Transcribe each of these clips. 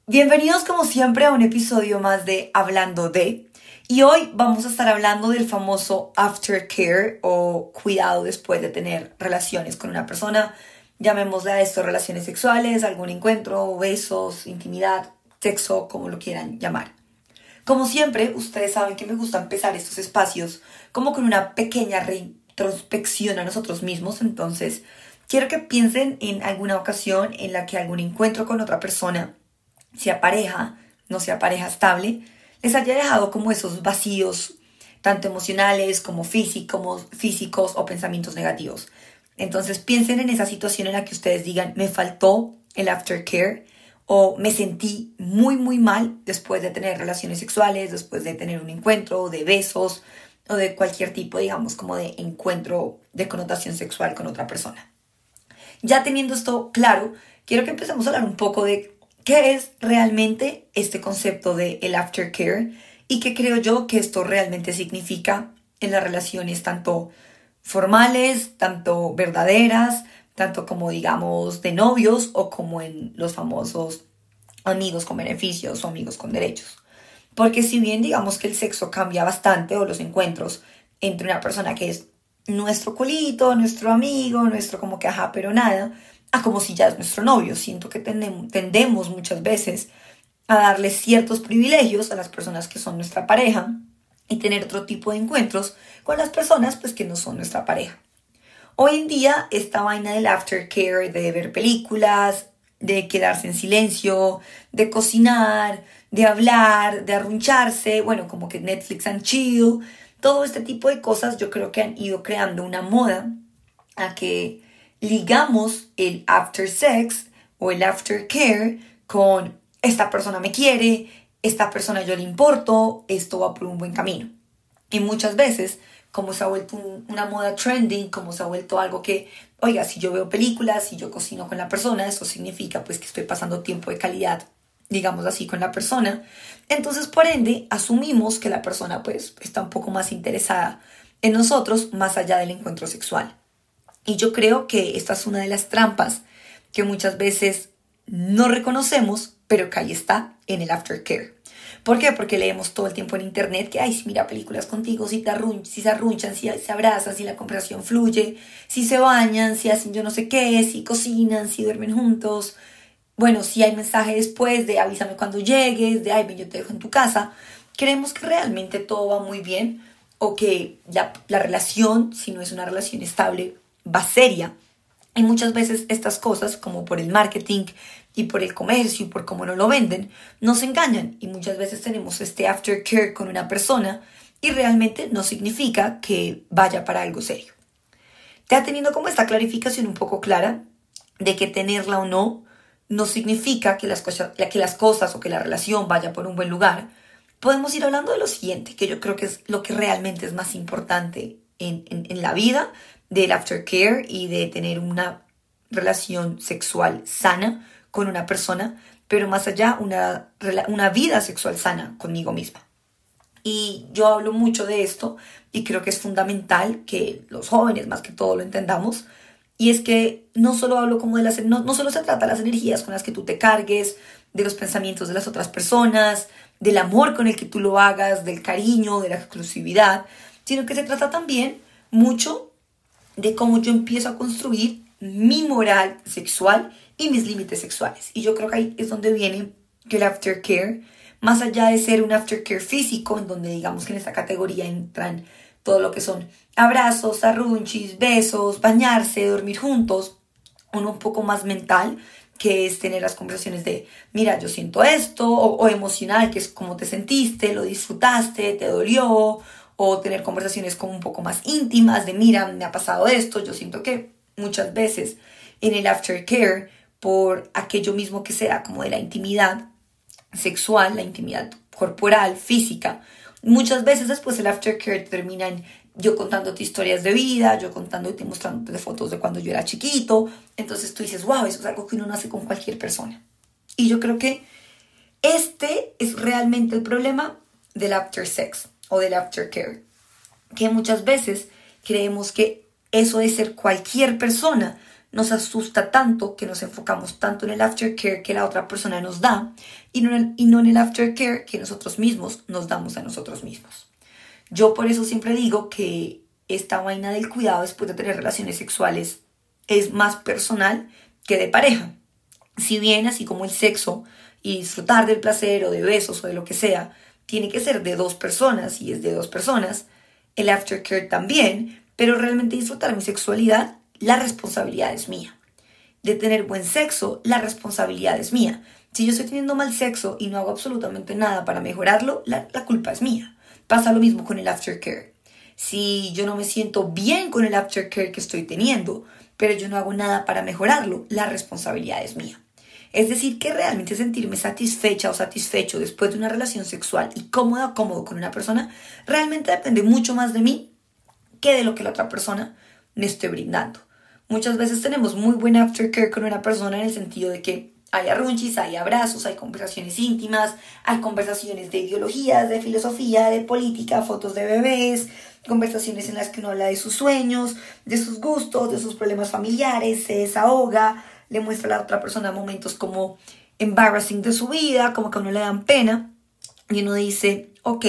Bienvenidos como siempre a un episodio más de Hablando de. Y hoy vamos a estar hablando del famoso aftercare o cuidado después de tener relaciones con una persona. Llamémosle a esto relaciones sexuales, algún encuentro, besos, intimidad, sexo, como lo quieran llamar. Como siempre, ustedes saben que me gusta empezar estos espacios como con una pequeña reintrospección a nosotros mismos. Entonces, quiero que piensen en alguna ocasión en la que algún encuentro con otra persona, sea pareja, no sea pareja estable, les haya dejado como esos vacíos, tanto emocionales como físicos o pensamientos negativos. Entonces piensen en esa situación en la que ustedes digan, me faltó el aftercare o me sentí muy mal después de tener relaciones sexuales, después de tener un encuentro, de besos o de cualquier tipo, digamos, como de encuentro de connotación sexual con otra persona. Ya teniendo esto claro, quiero que empecemos a hablar un poco de qué es realmente este concepto de el aftercare y qué creo yo que esto realmente significa en las relaciones tanto formales, tanto verdaderas, tanto como digamos de novios o como en los famosos amigos con beneficios o amigos con derechos. Porque si bien digamos que el sexo cambia bastante o los encuentros entre una persona que es nuestro culito, nuestro amigo, nuestro como que ajá, pero nada, a como si ya es nuestro novio. Siento que tendemos muchas veces a darle ciertos privilegios a las personas que son nuestra pareja y tener otro tipo de encuentros con las personas pues que no son nuestra pareja. Hoy en día esta vaina del aftercare, de ver películas, de quedarse en silencio, de cocinar, de hablar, de arruncharse, bueno, como que Netflix and chill, todo este tipo de cosas yo creo que han ido creando una moda a que ligamos el after sex o el aftercare con esta persona me quiere, esta persona yo le importo, esto va por un buen camino. Y muchas veces, como se ha vuelto una moda trending, como se ha vuelto algo que, oiga, si yo veo películas, si yo cocino con la persona, eso significa pues que estoy pasando tiempo de calidad, digamos así, con la persona. Entonces, por ende, asumimos que la persona pues está un poco más interesada en nosotros más allá del encuentro sexual. Y yo creo que esta es una de las trampas que muchas veces no reconocemos, pero que ahí está en el aftercare. ¿Por qué? Porque leemos todo el tiempo en internet que, ay, si mira películas contigo, si se arrunchan, si se abrazan, si la conversación fluye, si se bañan, si hacen yo no sé qué, si cocinan, si duermen juntos. Bueno, si hay mensaje después de avísame cuando llegues, de ay, ven, yo te dejo en tu casa. Creemos que realmente todo va muy bien o que la relación, si no es una relación estable, va seria. Y muchas veces estas cosas, como por el marketing y por el comercio y por cómo no lo venden, nos engañan. Y muchas veces tenemos este aftercare con una persona y realmente no significa que vaya para algo serio. Ya teniendo como esta clarificación un poco clara de que tenerla o no significa que las cosas o que la relación vaya por un buen lugar, podemos ir hablando de lo siguiente, que yo creo que es lo que realmente es más importante en la vida del aftercare y de tener una relación sexual sana con una persona, pero más allá una vida sexual sana conmigo misma. Y yo hablo mucho de esto y creo que es fundamental que los jóvenes más que todo lo entendamos. Y es que no solo hablo como de no solo se trata de las energías con las que tú te cargues, de los pensamientos de las otras personas, del amor con el que tú lo hagas, del cariño, de la exclusividad, sino que se trata también mucho de cómo yo empiezo a construir mi moral sexual y mis límites sexuales. Y yo creo que ahí es donde viene que el aftercare, más allá de ser un aftercare físico, en donde digamos que en esta categoría entran todo lo que son abrazos, arrunchis, besos, bañarse, dormir juntos, uno un poco más mental, que es tener las conversaciones de, mira, yo siento esto, o emocional, que es cómo te sentiste, lo disfrutaste, te dolió, o tener conversaciones como un poco más íntimas de, mira, me ha pasado esto, yo siento que muchas veces en el aftercare, por aquello mismo que sea como de la intimidad sexual, la intimidad corporal, física, muchas veces después el aftercare termina en yo contándote historias de vida, yo contándote, mostrándote fotos de cuando yo era chiquito. Entonces tú dices, wow, eso es algo que uno no hace con cualquier persona. Y yo creo que este es realmente el problema del after sex o del aftercare. Que muchas veces creemos que eso de ser cualquier persona nos asusta tanto que nos enfocamos tanto en el aftercare que la otra persona nos da y no en el aftercare que nosotros mismos nos damos a nosotros mismos. Yo por eso siempre digo que esta vaina del cuidado después de tener relaciones sexuales es más personal que de pareja. Si bien así como el sexo y disfrutar del placer o de besos o de lo que sea, tiene que ser de dos personas y es de dos personas, el aftercare también, pero realmente disfrutar mi sexualidad, la responsabilidad es mía. De tener buen sexo, la responsabilidad es mía. Si yo estoy teniendo mal sexo y no hago absolutamente nada para mejorarlo, la culpa es mía. Pasa lo mismo con el aftercare. Si yo no me siento bien con el aftercare que estoy teniendo, pero yo no hago nada para mejorarlo, la responsabilidad es mía. Es decir, que realmente sentirme satisfecha o satisfecho después de una relación sexual y cómoda o cómodo con una persona, realmente depende mucho más de mí que de lo que la otra persona me esté brindando. Muchas veces tenemos muy buen aftercare con una persona en el sentido de que hay arrunchis, hay abrazos, hay conversaciones íntimas, hay conversaciones de ideologías, de filosofía, de política, fotos de bebés, conversaciones en las que uno habla de sus sueños, de sus gustos, de sus problemas familiares, se desahoga, le muestra a la otra persona momentos como embarrassing de su vida, como que a uno le dan pena, y uno dice, ok,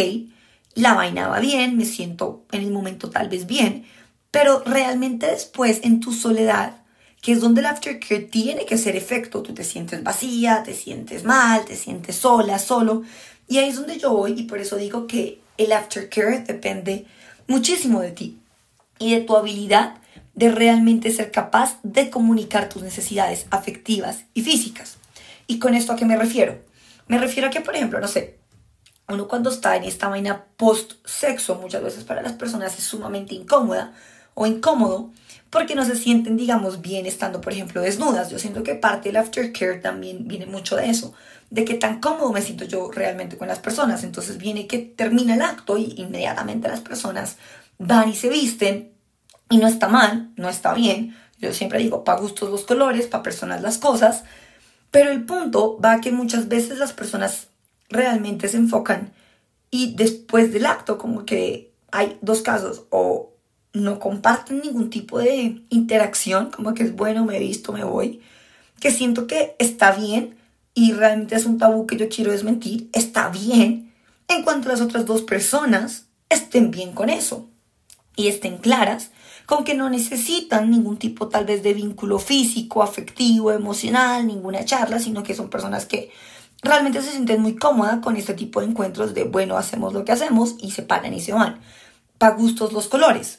la vaina va bien, me siento en el momento tal vez bien, pero realmente después en tu soledad, que es donde el aftercare tiene que hacer efecto, tú te sientes vacía, te sientes mal, te sientes sola, solo, y ahí es donde yo voy y por eso digo que el aftercare depende muchísimo de ti y de tu habilidad de realmente ser capaz de comunicar tus necesidades afectivas y físicas. ¿Y con esto a qué me refiero? Me refiero a que, por ejemplo, no sé, uno cuando está en esta vaina post-sexo, muchas veces para las personas es sumamente incómoda o incómodo porque no se sienten, digamos, bien estando, por ejemplo, desnudas. Yo siento que parte del aftercare también viene mucho de eso, de qué tan cómodo me siento yo realmente con las personas. Entonces viene que termina el acto y inmediatamente las personas van y se visten y no está mal, no está bien. Yo siempre digo, para gustos los colores, para personas las cosas, pero el punto va a que muchas veces las personas realmente se enfocan y después del acto como que hay dos casos, o no comparten ningún tipo de interacción, como que es bueno, me he visto, me voy, que siento que está bien y realmente es un tabú que yo quiero desmentir, está bien en cuanto las otras dos personas estén bien con eso y estén claras con que no necesitan ningún tipo tal vez de vínculo físico, afectivo, emocional, ninguna charla, sino que son personas que realmente se sienten muy cómodas con este tipo de encuentros de, bueno, hacemos lo que hacemos y se paran y se van. Pa' gustos los colores.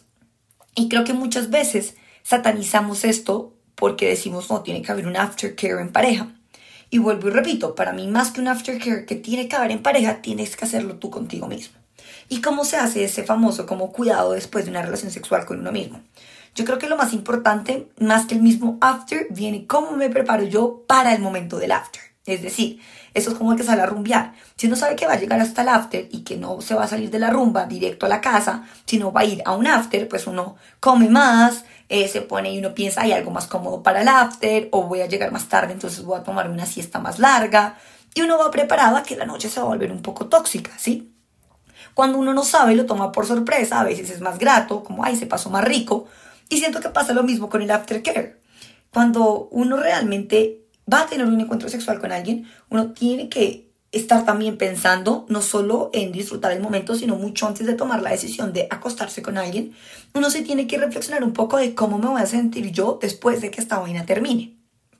Y creo que muchas veces satanizamos esto porque decimos, no, tiene que haber un aftercare en pareja. Y vuelvo y repito, para mí más que un aftercare que tiene que haber en pareja, tienes que hacerlo tú contigo mismo. ¿Y cómo se hace ese famoso como cuidado después de una relación sexual con uno mismo? Yo creo que lo más importante, más que el mismo after, viene cómo me preparo yo para el momento del after. Es decir, eso es como el que sale a rumbear. Si uno sabe que va a llegar hasta el after y que no se va a salir de la rumba directo a la casa, sino va a ir a un after, pues uno come más, se pone y uno piensa, hay algo más cómodo para el after, o voy a llegar más tarde, entonces voy a tomar una siesta más larga. Y uno va preparado a que la noche se va a volver un poco tóxica, ¿sí? Cuando uno no sabe, lo toma por sorpresa, a veces es más grato, como, ay, se pasó más rico. Y siento que pasa lo mismo con el aftercare. Cuando uno realmente va a tener un encuentro sexual con alguien, uno tiene que estar también pensando no solo en disfrutar el momento, sino mucho antes de tomar la decisión de acostarse con alguien, uno se tiene que reflexionar un poco de cómo me voy a sentir yo después de que esta vaina termine.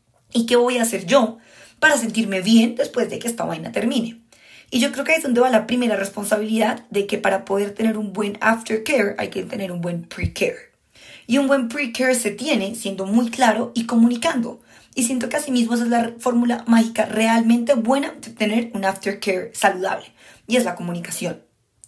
Y qué voy a hacer yo para sentirme bien después de que esta vaina termine. Y yo creo que ahí es donde va la primera responsabilidad de que para poder tener un buen aftercare hay que tener un buen precare. Y un buen precare se tiene siendo muy claro y comunicando. Y siento que asimismo esa es la fórmula mágica realmente buena de tener un aftercare saludable. Y es la comunicación.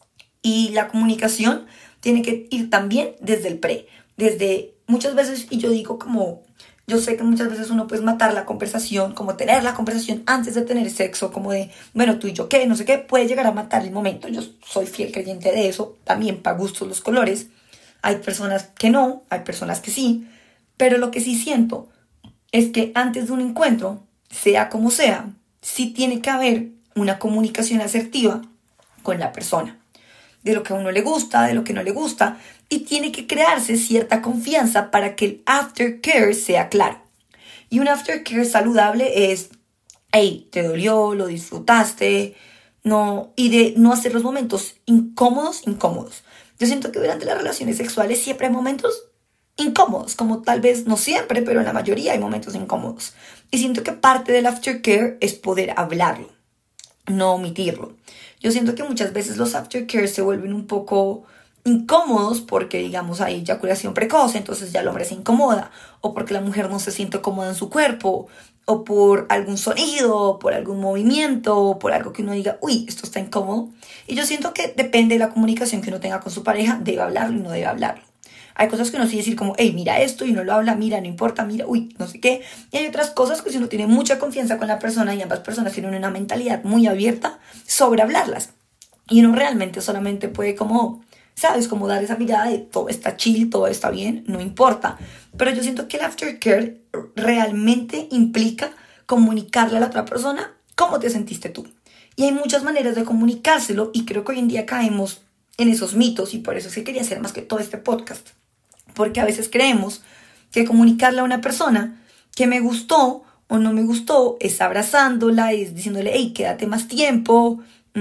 Y la comunicación tiene que ir también desde el pre. Desde muchas veces, y yo digo como, yo sé que muchas veces uno puede matar la conversación, como tener la conversación antes de tener sexo, como de, bueno, tú y yo qué, no sé qué, puede llegar a matar el momento. Yo soy fiel creyente de eso, también para gustos los colores. Hay personas que no, hay personas que sí, pero lo que sí siento es que antes de un encuentro, sea como sea, sí tiene que haber una comunicación asertiva con la persona. de lo que a uno le gusta, de lo que no le gusta, y tiene que crearse cierta confianza para que el aftercare sea claro. Y un aftercare saludable es, hey, te dolió, lo disfrutaste, no, y de no hacer los momentos incómodos. Yo siento que durante las relaciones sexuales siempre hay momentos incómodos, como tal vez no siempre, pero en la mayoría hay momentos incómodos. Y siento que parte del aftercare es poder hablarlo, no omitirlo. Yo siento que muchas veces los aftercare se vuelven un poco incómodos porque, digamos, hay eyaculación precoz, entonces ya el hombre se incomoda, o porque la mujer no se siente cómoda en su cuerpo, o por algún sonido, por algún movimiento, o por algo que uno diga, uy, esto está incómodo. Y yo siento que depende de la comunicación que uno tenga con su pareja, debe hablarlo y no debe hablarlo. Hay cosas que uno sí decir como, hey, mira esto, y uno lo habla, mira, no importa, mira, uy, no sé qué. Y hay otras cosas que si uno tiene mucha confianza con la persona y ambas personas tienen una mentalidad muy abierta, sobre hablarlas. Y uno realmente solamente puede como, ¿sabes? Como dar esa mirada de todo está chill, todo está bien, no importa. Pero yo siento que el aftercare realmente implica comunicarle a la otra persona cómo te sentiste tú. Y hay muchas maneras de comunicárselo y creo que hoy en día caemos en esos mitos y por eso es que quería hacer más que todo este podcast. Porque a veces creemos que comunicarle a una persona que me gustó o no me gustó es abrazándola, es diciéndole, hey, quédate más tiempo.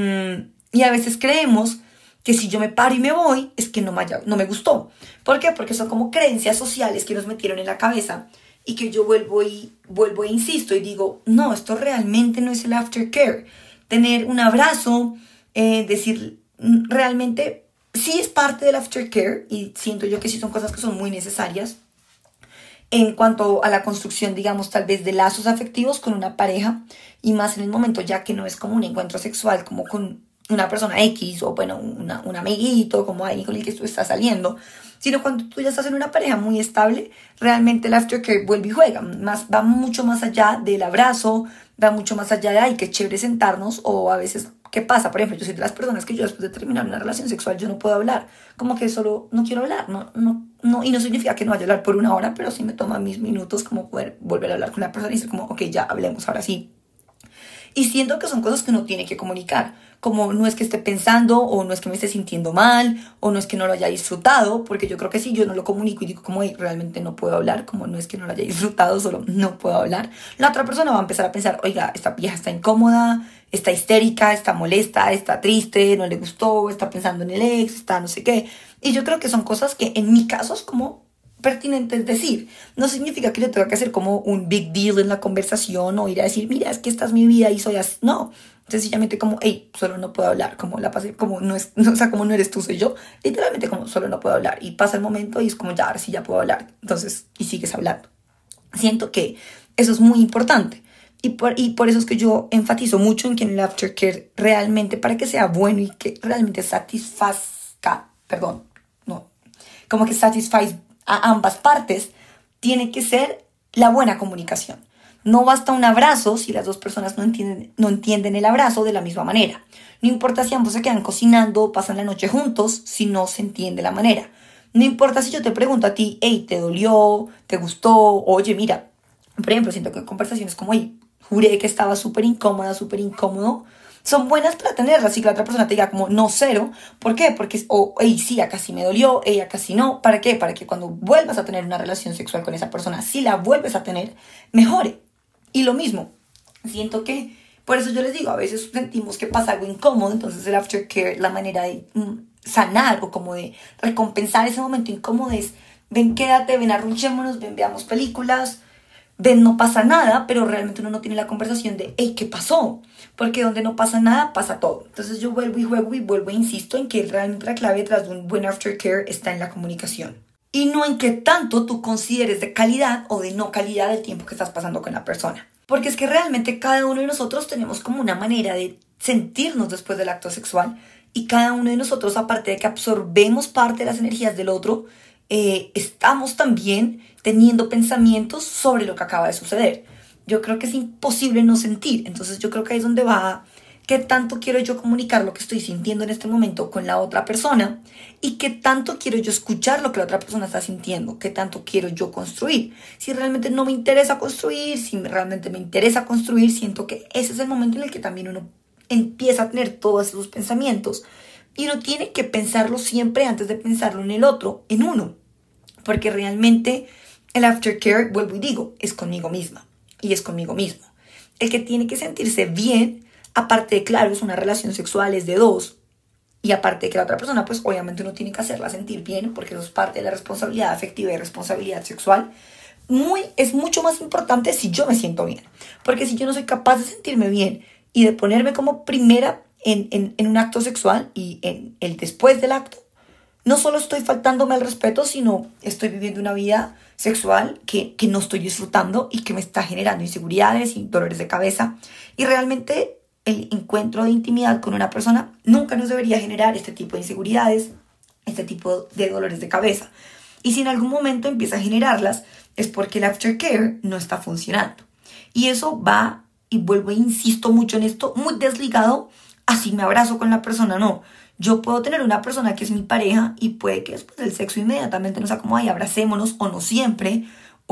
Y a veces creemos que si yo me paro y me voy, es que no me gustó. ¿Por qué? Porque son como creencias sociales que nos metieron en la cabeza y que yo vuelvo e insisto y digo, no, esto realmente no es el aftercare. Tener un abrazo, decir, realmente sí es parte del aftercare y siento yo que sí son cosas que son muy necesarias en cuanto a la construcción, digamos, tal vez de lazos afectivos con una pareja y más en el momento ya que no es como un encuentro sexual, como con una persona X o bueno, un amiguito, como alguien con el que tú estás saliendo, sino cuando tú ya estás en una pareja muy estable, realmente el aftercare vuelve y juega, va mucho más allá del abrazo, va mucho más allá de, ay, qué chévere sentarnos, o a veces, ¿qué pasa? Por ejemplo, yo soy de las personas que yo después de terminar una relación sexual, yo no puedo hablar, como que solo no quiero hablar, no, y no significa que no vaya a hablar por una hora, pero sí me toma mis minutos como poder volver a hablar con la persona y decir como, ok, ya hablemos, ahora sí. Y siento que son cosas que uno tiene que comunicar, como no es que esté pensando, o no es que me esté sintiendo mal, o no es que no lo haya disfrutado, porque yo creo que si yo no lo comunico y digo como realmente no puedo hablar, como no es que no lo haya disfrutado, solo no puedo hablar, la otra persona va a empezar a pensar, oiga, esta vieja está incómoda, está histérica, está molesta, está triste, no le gustó, está pensando en el ex, está no sé qué. Y yo creo que son cosas que en mi caso es como pertinente es decir, no significa que yo tenga que hacer como un big deal en la conversación o ir a decir, mira, es que esta es mi vida y soy así. No, sencillamente como, hey, solo no puedo hablar, como la pasé, como no es, o sea, como no eres tú, soy yo, literalmente como solo no puedo hablar y pasa el momento y es como ya, ahora sí ya puedo hablar, entonces, y sigues hablando. Siento que eso es muy importante y por eso es que yo enfatizo mucho en que en el aftercare realmente para que sea bueno y que realmente satisfazca, perdón, no, como que satisfies a ambas partes, tiene que ser la buena comunicación. No basta un abrazo si las dos personas no entienden el abrazo de la misma manera. No importa si ambos se quedan cocinando o pasan la noche juntos si no se entiende la manera. No importa si yo te pregunto a ti, hey, ¿te dolió? ¿Te gustó? Oye, mira, por ejemplo, siento que en conversaciones como, hey, juré que estaba súper incómoda, súper incómodo, son buenas para tenerlas y que la otra persona te diga como no cero. ¿Por qué? Porque, hey, sí, acá sí me dolió, ella casi no. ¿Para qué? Para que cuando vuelvas a tener una relación sexual con esa persona, si la vuelves a tener, mejore. Y lo mismo, siento que, por eso yo les digo, a veces sentimos que pasa algo incómodo, entonces el aftercare, la manera de sanar o como de recompensar ese momento incómodo es, ven, quédate, ven, arrunchémonos, ven, veamos películas, ven, no pasa nada, pero realmente uno no tiene la conversación de, hey, ¿qué pasó? Porque donde no pasa nada, pasa todo. Entonces yo vuelvo y juego y vuelvo e insisto en que realmente la clave detrás de un buen aftercare está en la comunicación. Y no en qué tanto tú consideres de calidad o de no calidad el tiempo que estás pasando con la persona. Porque es que realmente cada uno de nosotros tenemos como una manera de sentirnos después del acto sexual y cada uno de nosotros, aparte de que absorbemos parte de las energías del otro, estamos también teniendo pensamientos sobre lo que acaba de suceder. Yo creo que es imposible no sentir. Entonces yo creo que ahí es donde va qué tanto quiero yo comunicar lo que estoy sintiendo en este momento con la otra persona y qué tanto quiero yo escuchar lo que la otra persona está sintiendo, qué tanto quiero yo construir. Si realmente no me interesa construir, si realmente me interesa construir, siento que ese es el momento en el que también uno empieza a tener todos esos pensamientos. Y uno tiene que pensarlo siempre antes de pensarlo en el otro, en uno. Porque realmente el aftercare, vuelvo y digo, es conmigo misma y es conmigo mismo. El que tiene que sentirse bien, aparte de, claro, es una relación sexual, es de dos. Y aparte de que la otra persona, pues obviamente uno tiene que hacerla sentir bien, porque eso es parte de la responsabilidad afectiva y responsabilidad sexual. Es mucho más importante si yo me siento bien. Porque si yo no soy capaz de sentirme bien y de ponerme como primera en un acto sexual y en el después del acto, no solo estoy faltándome al respeto, sino estoy viviendo una vida sexual que no estoy disfrutando y que me está generando inseguridades y dolores de cabeza. Y realmente el encuentro de intimidad con una persona nunca nos debería generar este tipo de inseguridades, este tipo de dolores de cabeza. Y si en algún momento empieza a generarlas, es porque el aftercare no está funcionando. Y eso va, y vuelvo e insisto mucho en esto, muy desligado a si me abrazo con la persona o no. Yo puedo tener una persona que es mi pareja y puede que después del sexo inmediatamente nos acomode y abracémonos o no siempre,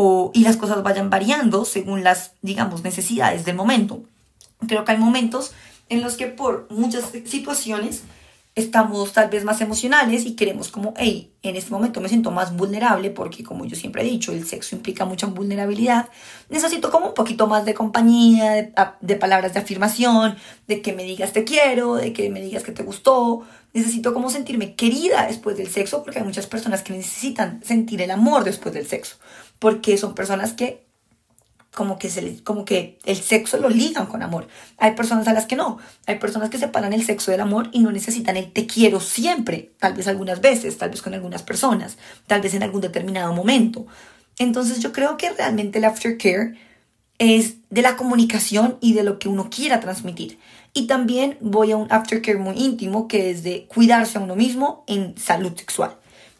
y las cosas vayan variando según las, digamos, necesidades del momento. Creo que hay momentos en los que por muchas situaciones estamos tal vez más emocionales y queremos como, hey, en este momento me siento más vulnerable porque, como yo siempre he dicho, el sexo implica mucha vulnerabilidad. Necesito como un poquito más de compañía, de palabras de afirmación, de que me digas te quiero, de que me digas que te gustó. Necesito como sentirme querida después del sexo, porque hay muchas personas que necesitan sentir el amor después del sexo, porque son personas que como que el sexo lo ligan con amor. Hay personas a las que no. Hay personas que separan el sexo del amor y no necesitan el te quiero siempre. Tal vez algunas veces, tal vez con algunas personas, tal vez en algún determinado momento. Entonces yo creo que realmente el aftercare es de la comunicación y de lo que uno quiera transmitir. Y también voy a un aftercare muy íntimo que es de cuidarse a uno mismo en salud sexual.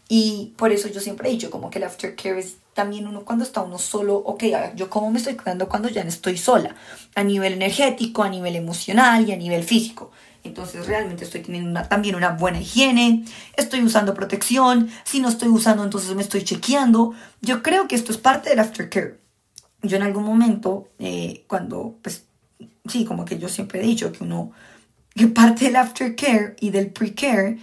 Y por eso yo siempre he dicho como que el aftercare es también uno cuando está uno solo, ok, yo cómo me estoy cuidando cuando ya no estoy sola, a nivel energético, a nivel emocional y a nivel físico. Entonces realmente estoy teniendo también una buena higiene, estoy usando protección, si no estoy usando entonces me estoy chequeando. Yo creo que esto es parte del aftercare. Yo en algún momento, cuando, pues, sí, como que yo siempre he dicho que parte del aftercare y del precare,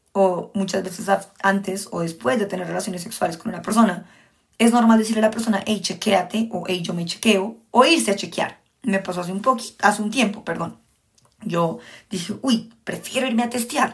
o muchas veces antes o después de tener relaciones sexuales con una persona, es normal decirle a la persona, hey, chequéate, o hey, yo me chequeo, o irse a chequear. Me pasó hace un tiempo, perdón. Yo dije, uy, prefiero irme a testear.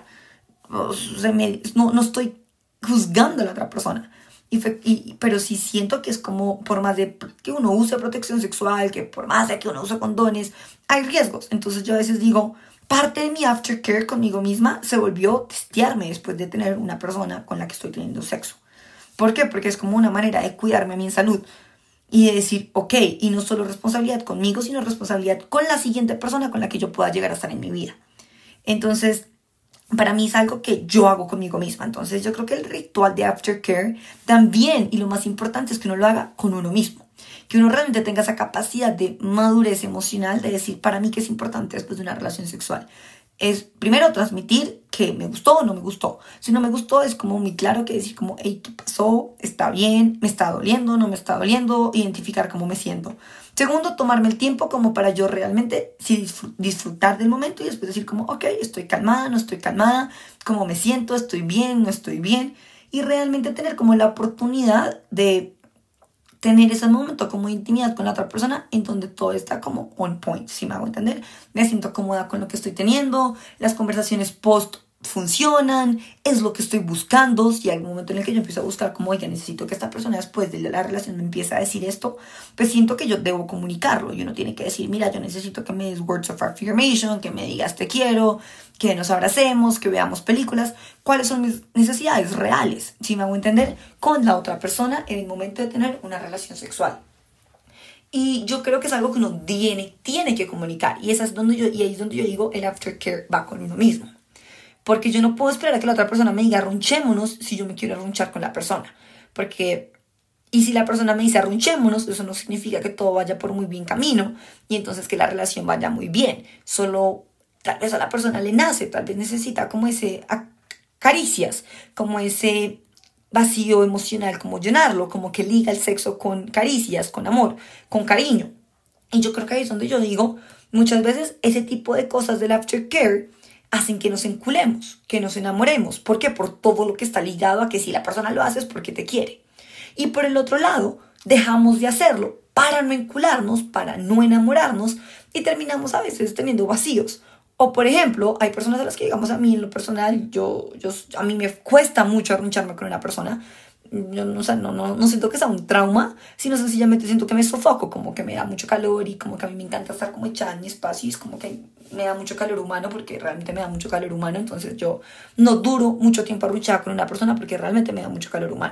No estoy juzgando a la otra persona. Pero sí siento que es como, por más de que uno use protección sexual, que por más de que uno use condones, hay riesgos. Entonces yo a veces digo, parte de mi aftercare conmigo misma se volvió testearme después de tener una persona con la que estoy teniendo sexo. ¿Por qué? Porque es como una manera de cuidarme a mí en salud y de decir, ok, y no solo responsabilidad conmigo, sino responsabilidad con la siguiente persona con la que yo pueda llegar a estar en mi vida. Entonces, para mí es algo que yo hago conmigo misma. Entonces, yo creo que el ritual de aftercare también, y lo más importante es que uno lo haga con uno mismo. Que uno realmente tenga esa capacidad de madurez emocional de decir, para mí, qué es importante después de una relación sexual. Es primero transmitir que me gustó o no me gustó. Si no me gustó es como muy claro que decir como, hey, ¿qué pasó? ¿Está bien? ¿Me está doliendo? ¿No me está doliendo? Identificar cómo me siento. Segundo, tomarme el tiempo como para yo realmente sí, disfrutar del momento y después decir como, ok, estoy calmada, no estoy calmada, cómo me siento, estoy bien, no estoy bien. Y realmente tener como la oportunidad de tener ese momento como intimidad con la otra persona en donde todo está como on point, si me hago entender. Me siento cómoda con lo que estoy teniendo, las conversaciones post funcionan, es lo que estoy buscando. Si hay algún momento en el que yo empiezo a buscar como, oiga, necesito que esta persona después de la relación me empiece a decir esto, pues siento que yo debo comunicarlo. Y uno tiene que decir, mira, yo necesito que me des words of affirmation, que me digas te quiero, que nos abracemos, que veamos películas. ¿Cuáles son mis necesidades reales? Si me hago entender, con la otra persona en el momento de tener una relación sexual. Y yo creo que es algo que uno tiene que comunicar. Y ahí es donde yo digo, el aftercare va con uno mismo. Porque yo no puedo esperar a que la otra persona me diga arrunchémonos si yo me quiero arrunchar con la persona. Y si la persona me dice arrunchémonos, eso no significa que todo vaya por muy bien camino y entonces que la relación vaya muy bien. Solo tal vez a la persona le nace, tal vez necesita como ese caricias, como ese vacío emocional, como llenarlo, como que liga el sexo con caricias, con amor, con cariño. Y yo creo que ahí es donde yo digo, muchas veces ese tipo de cosas del aftercare hacen que nos enculemos, que nos enamoremos. ¿Por qué? Por todo lo que está ligado a que si la persona lo hace es porque te quiere. Y por el otro lado, dejamos de hacerlo para no encularnos, para no enamorarnos y terminamos a veces teniendo vacíos. O por ejemplo, hay personas a las que, digamos, a mí en lo personal, a mí me cuesta mucho arruncharme con una persona. Yo no, o sea, no siento que sea un trauma, sino sencillamente siento que me sofoco, como que me da mucho calor y como que a mí me encanta estar como echada en mi espacio y es como que me da mucho calor humano porque realmente me da mucho calor humano. Entonces yo no duro mucho tiempo arrunchada con una persona porque realmente me da mucho calor humano.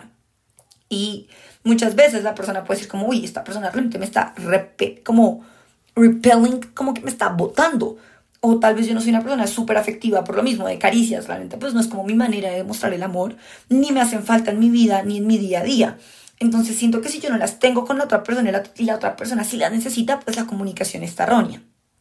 Y muchas veces la persona puede decir como, uy, esta persona realmente me está como repelling, como que me está botando. O tal vez yo no soy una persona súper afectiva por lo mismo, de caricias, realmente pues no es como mi manera de demostrar el amor, ni me hacen falta en mi vida, ni en mi día a día. Entonces siento que si yo no las tengo con la otra persona y la otra persona sí las necesita, pues la comunicación está errónea.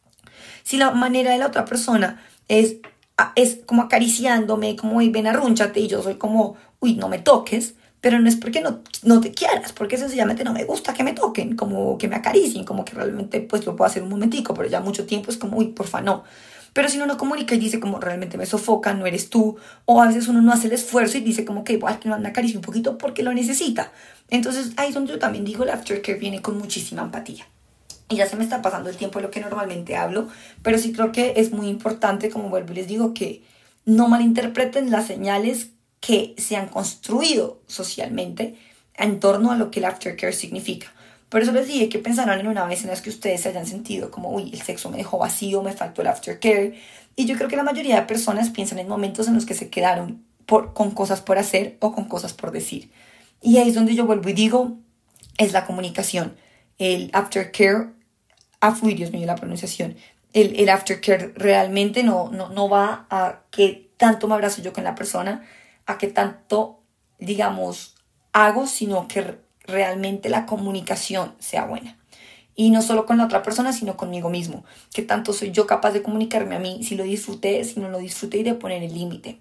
Si la manera de la otra persona es como acariciándome, como, uy, ven, arrúnchate, y yo soy como, uy, no me toques, pero no es porque no te quieras, porque sencillamente no me gusta que me toquen, como que me acaricien, como que realmente pues lo puedo hacer un momentico, pero ya mucho tiempo es como, uy, porfa, no. Pero si uno no comunica y dice como realmente me sofoca, no eres tú, o a veces uno no hace el esfuerzo y dice como que, bueno, que no me acaricie un poquito porque lo necesita. Entonces ahí es donde yo también digo, el aftercare viene con muchísima empatía. Y ya se me está pasando el tiempo de lo que normalmente hablo, pero sí creo que es muy importante, como vuelvo y les digo, que no malinterpreten las señales que se han construido socialmente en torno a lo que el aftercare significa. Por eso les dije que pensaran en una vez en las que ustedes se hayan sentido como, uy, el sexo me dejó vacío, me faltó el aftercare. Y yo creo que la mayoría de personas piensan en momentos en los que se quedaron con cosas por hacer o con cosas por decir. Y ahí es donde yo vuelvo y digo, es la comunicación. El aftercare, uy, Dios mío, la pronunciación. El aftercare realmente no va a que tanto me abrazo yo con la persona, a qué tanto, digamos, hago, sino que realmente la comunicación sea buena. Y no solo con la otra persona, sino conmigo mismo. Que tanto soy yo capaz de comunicarme a mí, si lo disfruté, si no lo disfruté, y de poner el límite.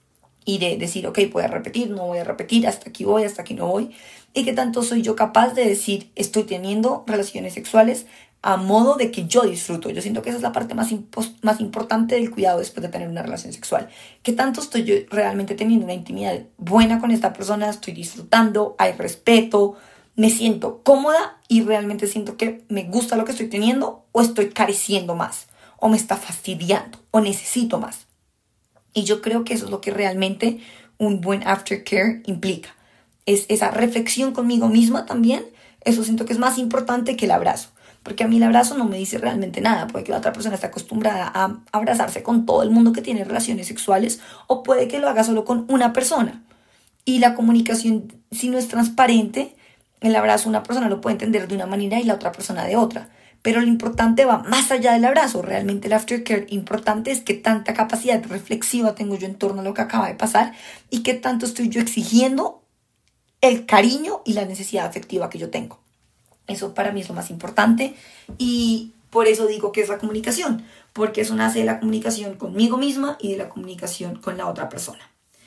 Y de decir, ok, voy a repetir, no voy a repetir, hasta aquí voy, hasta aquí no voy. Y que tanto soy yo capaz de decir, estoy teniendo relaciones sexuales a modo de que yo disfruto. Yo siento que esa es la parte más importante del cuidado después de tener una relación sexual. Que tanto estoy yo realmente teniendo una intimidad buena con esta persona, estoy disfrutando, hay respeto, me siento cómoda y realmente siento que me gusta lo que estoy teniendo, o estoy careciendo más, o me está fastidiando, o necesito más. Y yo creo que eso es lo que realmente un buen aftercare implica. Es esa reflexión conmigo misma también. Eso siento que es más importante que el abrazo. Porque a mí el abrazo no me dice realmente nada. Puede que la otra persona esté acostumbrada a abrazarse con todo el mundo que tiene relaciones sexuales, o puede que lo haga solo con una persona. Y la comunicación, si no es transparente, el abrazo una persona lo puede entender de una manera y la otra persona de otra. Pero lo importante va más allá del abrazo. Realmente el aftercare importante es qué tanta capacidad reflexiva tengo yo en torno a lo que acaba de pasar y qué tanto estoy yo exigiendo el cariño y la necesidad afectiva que yo tengo. Eso para mí es lo más importante y por eso digo que es la comunicación, porque eso nace de la comunicación conmigo misma y de la comunicación con la otra persona.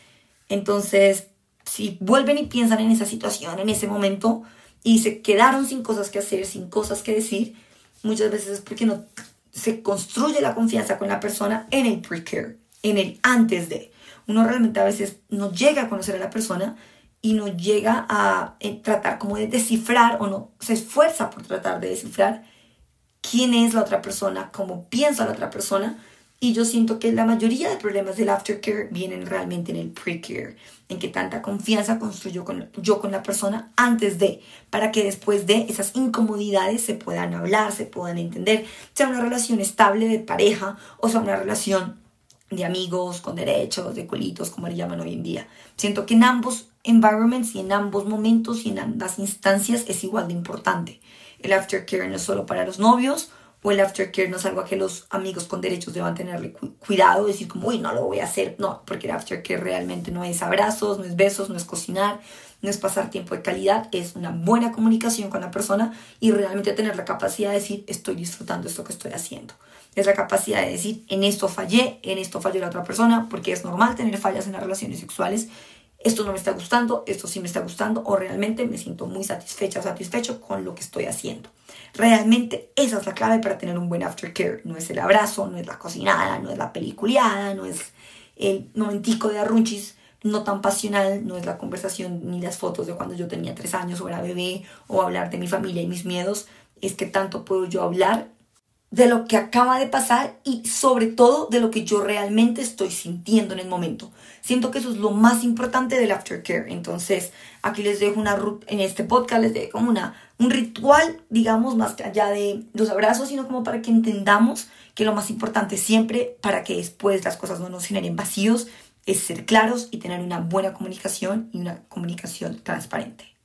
Entonces, si vuelven y piensan en esa situación, en ese momento, y se quedaron sin cosas que hacer, sin cosas que decir, muchas veces es porque no se construye la confianza con la persona en el pre-care, en el antes de. Uno realmente a veces no llega a conocer a la persona y no llega a tratar como de descifrar, o no se esfuerza por tratar de descifrar quién es la otra persona, cómo piensa la otra persona. Y yo siento que la mayoría de problemas del aftercare vienen realmente en el pre-care, en que tanta confianza construyo yo con la persona antes de, para que después de esas incomodidades se puedan hablar, se puedan entender, sea una relación estable de pareja o sea una relación de amigos con derechos, de culitos, como le llaman hoy en día. Siento que en ambos environments y en ambos momentos y en ambas instancias es igual de importante. El aftercare no es solo para los novios, o el aftercare no es algo a que los amigos con derechos deban tenerle cuidado, decir como, uy, no lo voy a hacer. No, porque el aftercare realmente no es abrazos, no es besos, no es cocinar, no es pasar tiempo de calidad, es una buena comunicación con la persona y realmente tener la capacidad de decir, estoy disfrutando esto que estoy haciendo. Es la capacidad de decir, en esto falló la otra persona, porque es normal tener fallas en las relaciones sexuales. esto no me está gustando, esto sí me está gustando, o realmente me siento muy satisfecha o satisfecho con lo que estoy haciendo. Realmente esa es la clave para tener un buen aftercare. No es el abrazo, no es la cocinada, no es la peliculeada, no es el momentico de arrunchis no tan pasional, no es la conversación ni las fotos de cuando yo tenía 3 años o era bebé, o hablar de mi familia y mis miedos. Es que tanto puedo yo hablar de lo que acaba de pasar y sobre todo de lo que yo realmente estoy sintiendo en el momento. Siento que eso es lo más importante del aftercare. Entonces, aquí les dejo en este podcast les dejo como un ritual, digamos, más allá de los abrazos, sino como para que entendamos que lo más importante siempre, para que después las cosas no nos generen vacíos, es ser claros y tener una buena comunicación y una comunicación transparente.